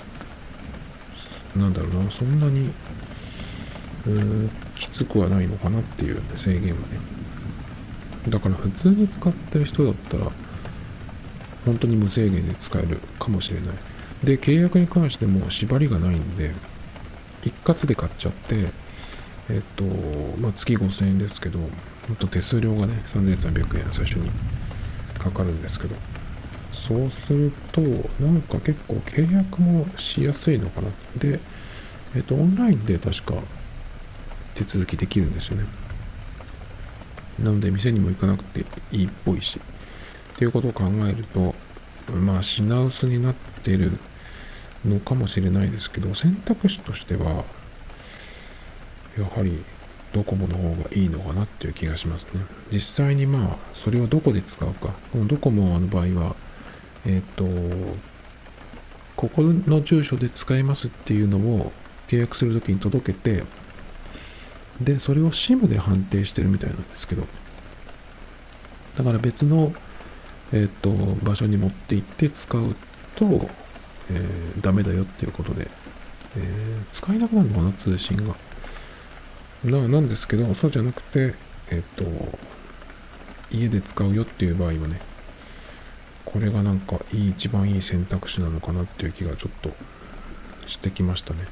なんだろうな、そんなにうーんきつくはないのかなっていう制限はね。だから普通に使ってる人だったら本当に無制限で使えるかもしれない。で契約に関しても縛りがないんで一括で買っちゃって、えっとまあ月ごせんえんですけど、あと手数料がねさんぜんさんびゃくえん最初にかかるんですけど、そうするとなんか結構契約もしやすいのかな。でえっとオンラインで確か手続きできるんですよね。なので店にも行かなくていいっぽいし、 っていうことを考えると、まあ品薄になってるのかもしれないですけど、選択肢としてはやはりドコモの方がいいのかなっていう気がしますね。実際にまあそれをどこで使うか。このドコモの場合はえっ、とここの住所で使えますっていうのを契約するときに届けて、でそれを SIM で判定してるみたいなんですけど、だから別のえっ、と場所に持って行って使うと、えー、ダメだよっていうことで、えー、使えなくなるのかな、通信が。ななんですけど、そうじゃなくて、えっ、と家で使うよっていう場合はね、これがなんかいい一番いい選択肢なのかなっていう気がちょっとしてきましたね。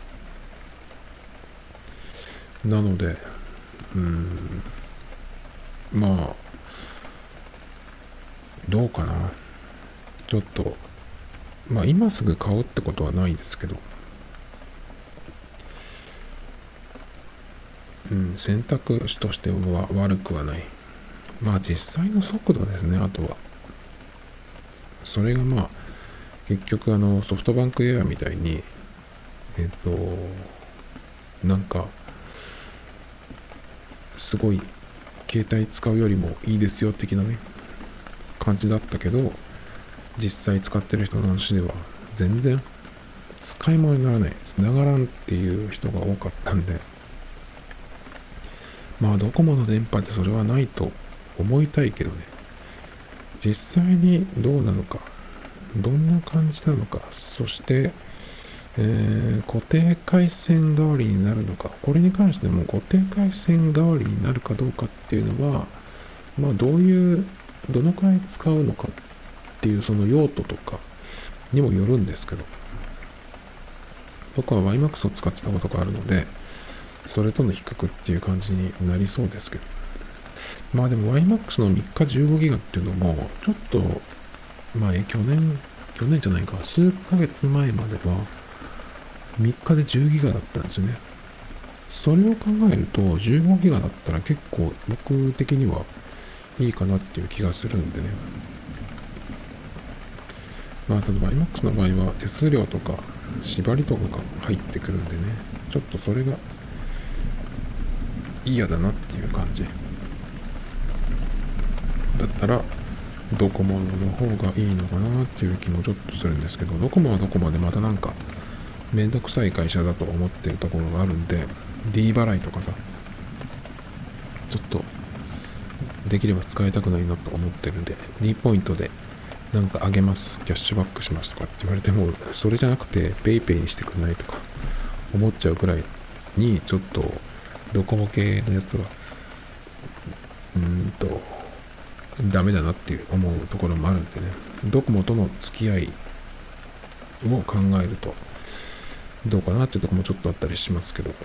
なので、うーん、まあどうかな。ちょっとまあ今すぐ買うってことはないですけど、うん、選択肢としては悪くはない。まあ実際の速度ですね。あとはそれがまあ結局あのソフトバンクエアみたいにえっ、となんかすごい携帯使うよりもいいですよ的なね感じだったけど、実際使ってる人の話では全然使い物にならない、繋がらんっていう人が多かったんで、まあドコモの電波でそれはないと思いたいけどね、実際にどうなのか、どんな感じなのか、そして、えー、固定回線代わりになるのか、これに関しても固定回線代わりになるかどうかっていうのは、まあどういうどのくらい使うのかっていうその用途とかにもよるんですけど、僕は ワイマックス を使ってたことがあるので、それとの比較っていう感じになりそうですけど、まあでも ワイマックス のみっかじゅうごギガっていうのもちょっと前、去年去年じゃないか数ヶ月前まではみっかでじゅうギガだったんですよね。それを考えるとじゅうごギガだったら結構僕的にはいいかなっていう気がするんでね。まあただ ワイマックス の場合は手数料とか縛りとかが入ってくるんでね、ちょっとそれが嫌だなっていう感じだったらドコモの方がいいのかなっていう気もちょっとするんですけど、ドコモはドコモでまたなんかめんどくさい会社だと思ってるところがあるんで、 D 払いとかさ、ちょっとできれば使いたくないなと思ってるんで、 D ポイントでなんかあげます、キャッシュバックしますとかって言われても、それじゃなくてペイペイにしてくれないとか思っちゃうくらいに、ちょっとドコモ系のやつはうーんとダメだなっていう思うところもあるんでね、ドコモとの付き合いを考えるとどうかなっていうところもちょっとあったりしますけど、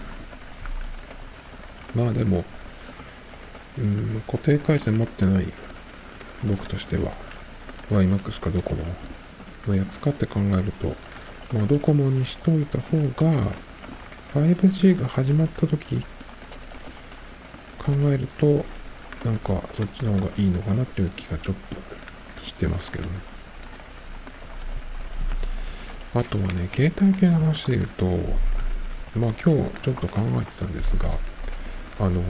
まあでもうーん固定回線持ってない僕としては ワイマックス かドコモのやつかって考えると、まあドコモにしといた方が ファイブジー が始まった時考えるとなんかそっちの方がいいのかなっていう気がちょっとしてますけどね。あとはね、携帯系の話で言うと、まあ今日ちょっと考えてたんですが、あの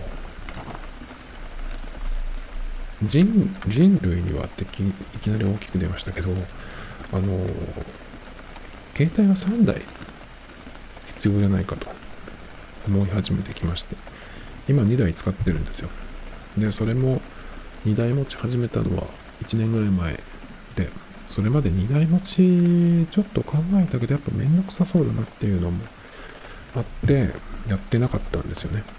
人人類にはってきいきなり大きく出ましたけど、あの携帯はさんだい必要じゃないかと思い始めてきまして、今にだい使ってるんですよ。でそれもにだい持ち始めたのはいちねんぐらい前で、それまでにだい持ちちょっと考えたけどやっぱめんどくさそうだなっていうのもあってやってなかったんですよね。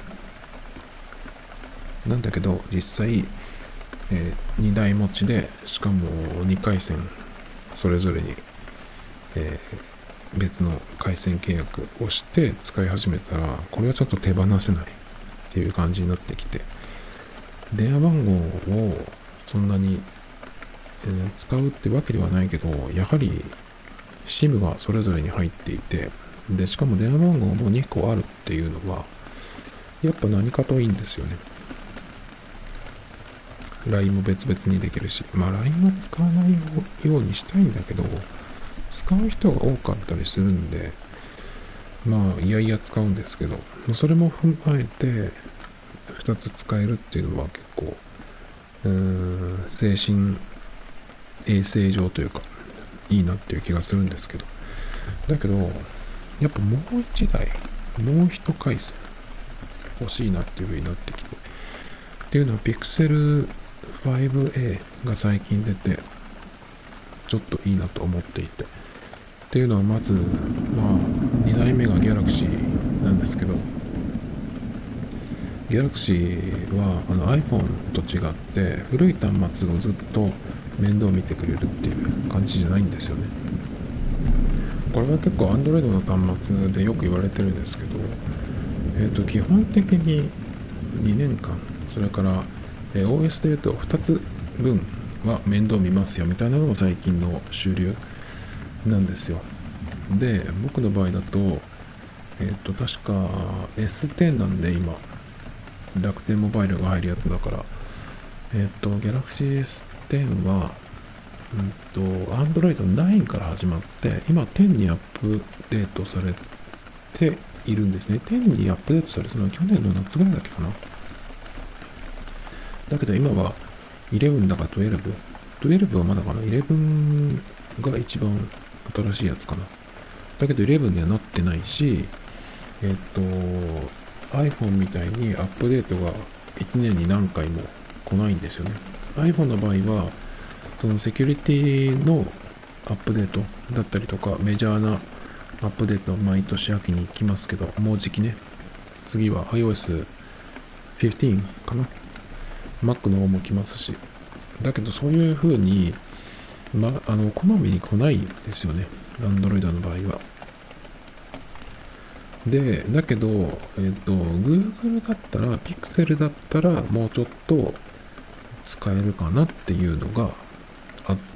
なんだけど実際、えー、にだい持ちでしかもにかいせんそれぞれに、えー、別の回線契約をして使い始めたら、これはちょっと手放せないっていう感じになってきて、電話番号をそんなに、えー、使うってわけではないけど、やはり SIM がそれぞれに入っていて、でしかも電話番号もにこあるっていうのはやっぱ何かといいんですよね。 ライン も別々にできるし、まあ ライン は使わないようにしたいんだけど、使う人が多かったりするんで、まあいやいや使うんですけど、それも踏まえてふたつ使えるっていうのは結構うーん精神衛生上というかいいなっていう気がするんですけど、だけどやっぱもう一台もう一回線欲しいなっていう風になってきて、っていうのは Pixel ファイブエー が最近出てちょっといいなと思っていて、っていうのはまずまあにだいめが Galaxy なんですけど、 Galaxy はあの iPhone と違って古い端末をずっと面倒見てくれるっていう感じじゃないんですよね。これは結構 Android の端末でよく言われてるんですけど、えーと基本的ににねんかん、それから、えー、オーエス でいうとふたつぶんは面倒見ますよみたいなのが最近の主流なんですよ。で、僕の場合だと、えっ、と、確か エステン なんで今、楽天モバイルが入るやつだから、えっ、と、Galaxy エステン は、うんと、Android ナインから始まって、今テンにアップデートされているんですね。テンにアップデートされたのは去年の夏ぐらいだっけかな。だけど今はじゅうだかじゅうに、じゅうにはまだかな。じゅうが一番新しいやつかな。だけどじゅういちにはなってないし、えっと、iPhone みたいにアップデートがいちねんに何回も来ないんですよね。iPhone の場合は、そのセキュリティのアップデートだったりとか、メジャーなアップデートは毎年秋に来ますけど、もうじきね、次は アイオーエスじゅうご かな。Mac の方も来ますし、だけどそういう風に、ま、あの、こまめに来ないんですよね。Android の場合は。で、だけど、えっと、Google だったら、Pixel だったら、もうちょっと使えるかなっていうのがあって、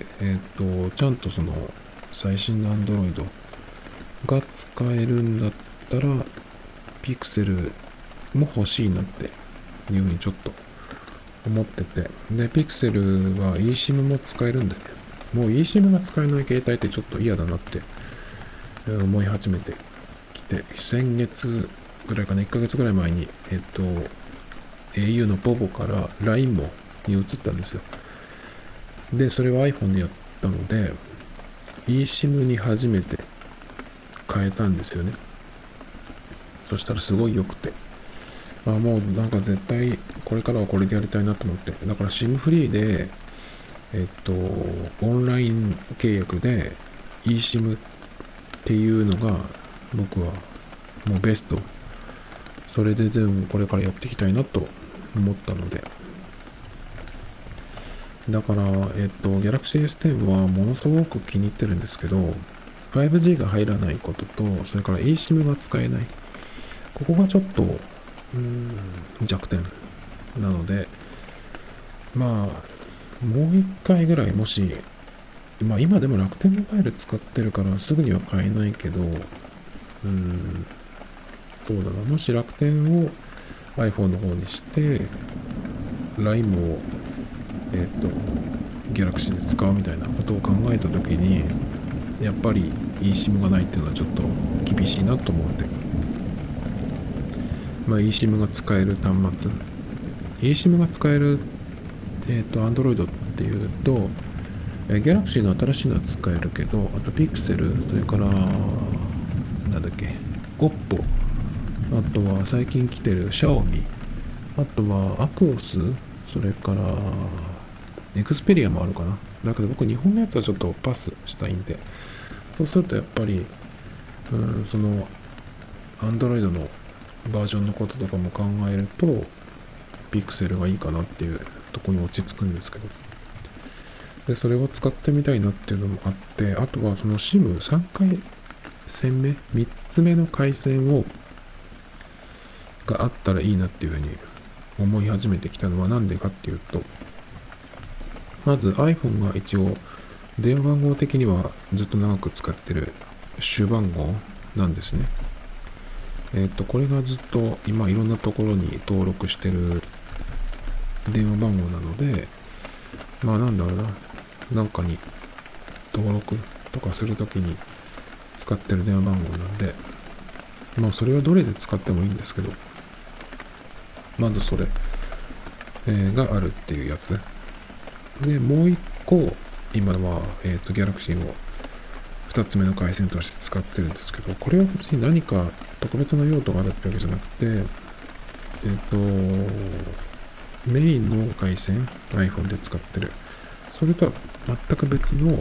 えっと、ちゃんとその、最新の Android が使えるんだったら、Pixel も欲しいなっていうふうにちょっと思ってて、で、Pixel は eSIM も使えるんでね、もう eSIM が使えない携帯ってちょっと嫌だなって思い始めてきて、先月ぐらいかな、いっかげつぐらい前に、えっと、au の ポボ から ライン もに移ったんですよ。で、それは iPhone でやったので、eSIM に初めて変えたんですよね。そしたらすごい良くて、あ、もうなんか絶対これからはこれでやりたいなと思って、だから SIM フリーで、えっと、オンライン契約で eSIM っていうのが僕はもうベスト。それで全部これからやっていきたいなと思ったので。だから、えっと、Galaxy エステン はものすごく気に入ってるんですけど、ファイブジー が入らないことと、それから eSIM が使えない。ここがちょっと、うーん、弱点なので、まあ、もう一回ぐらいもし、まあ今でも楽天モバイル使ってるからすぐには買えないけど、うーん、そうだな、もし楽天を iPhone の方にして、ライン も、えっと、Galaxy で使うみたいなことを考えたときに、やっぱり eSIM がないっていうのはちょっと厳しいなと思うんで、まあ eSIM が使える端末、eSIM が使える、えっと、Android っていうと、えー、Galaxy の新しいのは使えるけど、あと Pixel、それから、なんだっけ、Oppo、あとは最近来てる Xiaomi、あとは Asus、それから、Xperia もあるかな。だけど僕日本のやつはちょっとパスしたいんで、そうするとやっぱり、うん、その、Android のバージョンのこととかも考えると、Pixel がいいかなっていうところに落ち着くんですけど。で、それを使ってみたいなっていうのもあって、あとはその SIM さんかい線目、みっつめの回線を、があったらいいなっていうふうに思い始めてきたのはなんでかっていうと、まず iPhone が一応電話番号的にはずっと長く使ってる主番号なんですね。えっと、これがずっと今いろんなところに登録してる電話番号なので、まあなんだろうな、なんかに登録とかするときに使ってる電話番号なんで、まあそれはどれで使ってもいいんですけど、まずそれ、えーがあるっていうやつ。で、もう一個、今は、えっと、ギャラクシーを二つ目の回線として使ってるんですけど、これは別に何か特別な用途があるってわけじゃなくて、えっと、メインの回線、iPhone で使ってる。それとは全く別の、え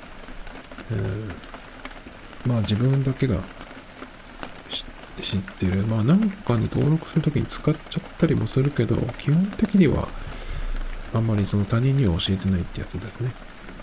ー、まあ自分だけが知ってる。まあなんかに登録するときに使っちゃったりもするけど、基本的にはあんまりその他人には教えてないってやつですね。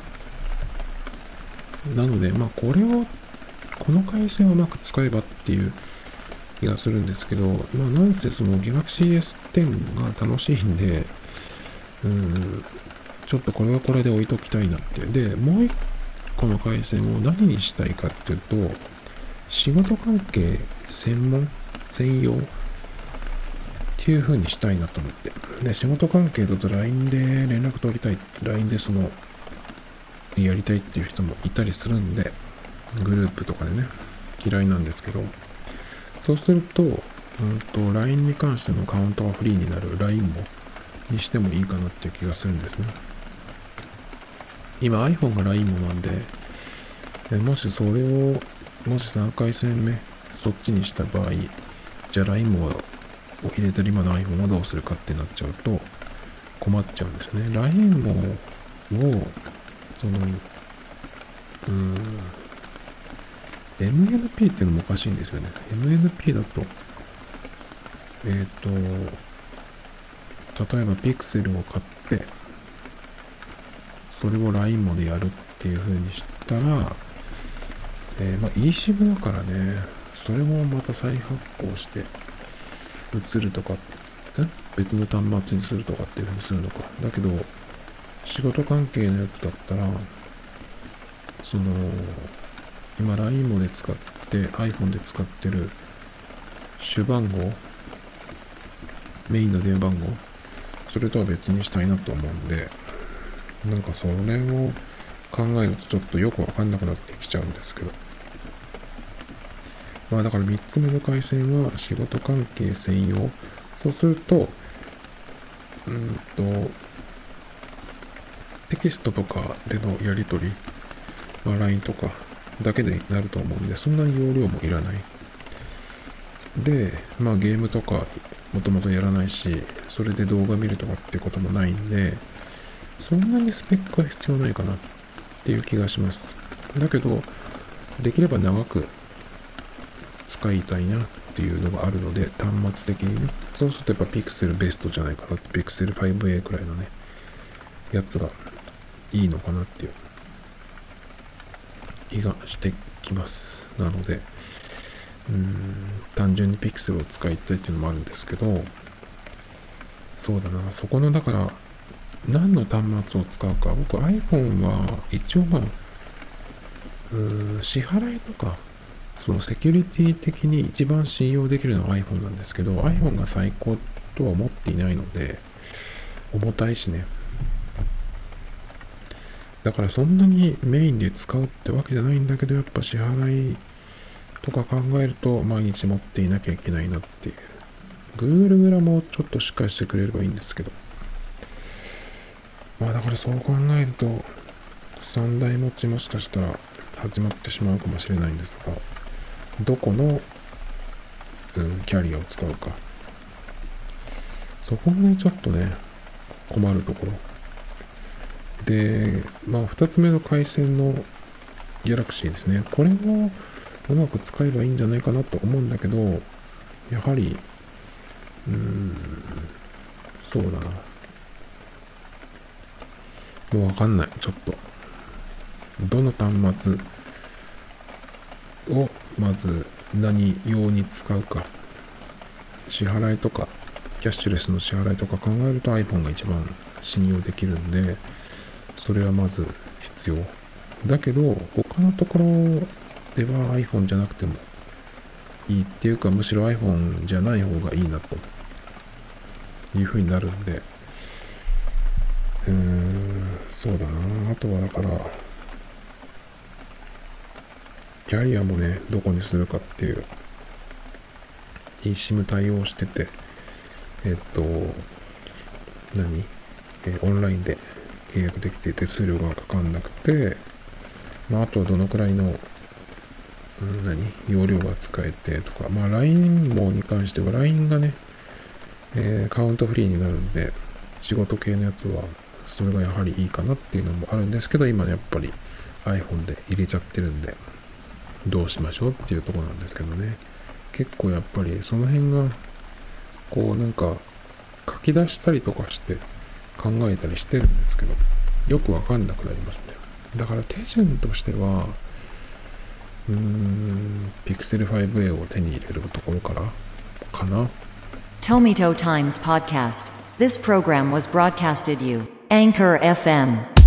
なので、まあこれを、この回線をうまく使えばっていう気がするんですけど、まあなんせその Galaxy エステン が楽しいんで、うーん、ちょっとこれはこれで置いときたいなっていう。で、もう一個の回線を何にしたいかっていうと、仕事関係専門専用っていう風にしたいなと思って。で、仕事関係だと ライン で連絡取りたい、ライン でその、やりたいっていう人もいたりするんで、グループとかでね、嫌いなんですけど、そうすると、うんと、ライン に関してのカウントがフリーになる ライン も、にしてもいいかなっていう気がするんですね。今 iPhone が ライン もなんで、もしそれを、もしさんかい線目、そっちにした場合、じゃあ ライン もを入れてる今の iPhone はどうするかってなっちゃうと困っちゃうんですよね。ライン もを、その、うーん、エムエヌピー っていうのもおかしいんですよね。エムエヌピー だと、えっと、例えば Pixel を買って、それを ライン もでやるっていう風にしたら、えー、まあ eSIM だからね、それもまた再発行して移るとか、別の端末にするとかっていう風にするのか。だけど、仕事関係のやつだったら、その、今 ライン もで使って、iPhone で使ってる主番号、メインの電話番号、それとは別にしたいなと思うんで、なんかそれを考えるとちょっとよくわかんなくなってきちゃうんですけど。まあだからみっつめの回線は仕事関係専用。そうすると、うんと、テキストとかでのやり取り、まあ、ライン とかだけでなると思うんで、そんなに容量もいらない。で、まあゲームとかもともとやらないし、それで動画見るとかっていうこともないんで、そんなにスペックは必要ないかなっていう気がします。だけど、できれば長く使いたいなっていうのがあるので、端末的にね。そうするとやっぱ Pixel ベストじゃないかなって、Pixel ファイブエー くらいのね、やつがいいのかなっていう気がしてきます。なので、うーん、単純に Pixel を使いたいっていうのもあるんですけど、そうだな、そこの、だから、何の端末を使うか。僕 iPhone は一応まあ、うーん、支払いとか、そのセキュリティ的に一番信用できるのは iPhone なんですけど、iPhone が最高とは思っていないので、重たいしね。だからそんなにメインで使うってわけじゃないんだけど、やっぱ支払いとか考えると毎日持っていなきゃいけないなっていう。Google がもうちょっとしっかりしてくれればいいんですけど。まあだからそう考えると、さんだい持ちもしかしたら始まってしまうかもしれないんですが、どこの、うん、キャリアを使うか。そこがね、ちょっとね、困るところ。で、まあふたつめの回線のギャラクシーですね。これもうまく使えばいいんじゃないかなと思うんだけど、やはり、うーん、そうだな。もうわかんない。ちょっと。どの端末をまず何用に使うか。支払いとか、キャッシュレスの支払いとか考えると iPhone が一番信用できるんで、それはまず必要。だけど、他のところでは iPhone じゃなくてもいいっていうか、むしろ iPhone じゃない方がいいなという風になるんで、 うーん、そうだな。あとはだから、キャリアもね、どこにするかっていう、eSIM 対応してて、えっと、何、えーオンラインで契約できて手数料がかかんなくて、まあ、あとはどのくらいの、うん、何、容量が使えてとか、まあ、ライン もに関しては、ライン がね、えーカウントフリーになるんで、仕事系のやつは、それがやはりいいかなっていうのもあるんですけど、今やっぱり iPhone で入れちゃってるんで、どうしましょうっていうところなんですけどね。結構やっぱりその辺が、こうなんか書き出したりとかして考えたりしてるんですけど、よくわかんなくなりますね。だから手順としては、うーん、Pixel ファイブエー を手に入れるところからかな。 Tomito Times Podcast. This program was broadcasted you. Anchor F M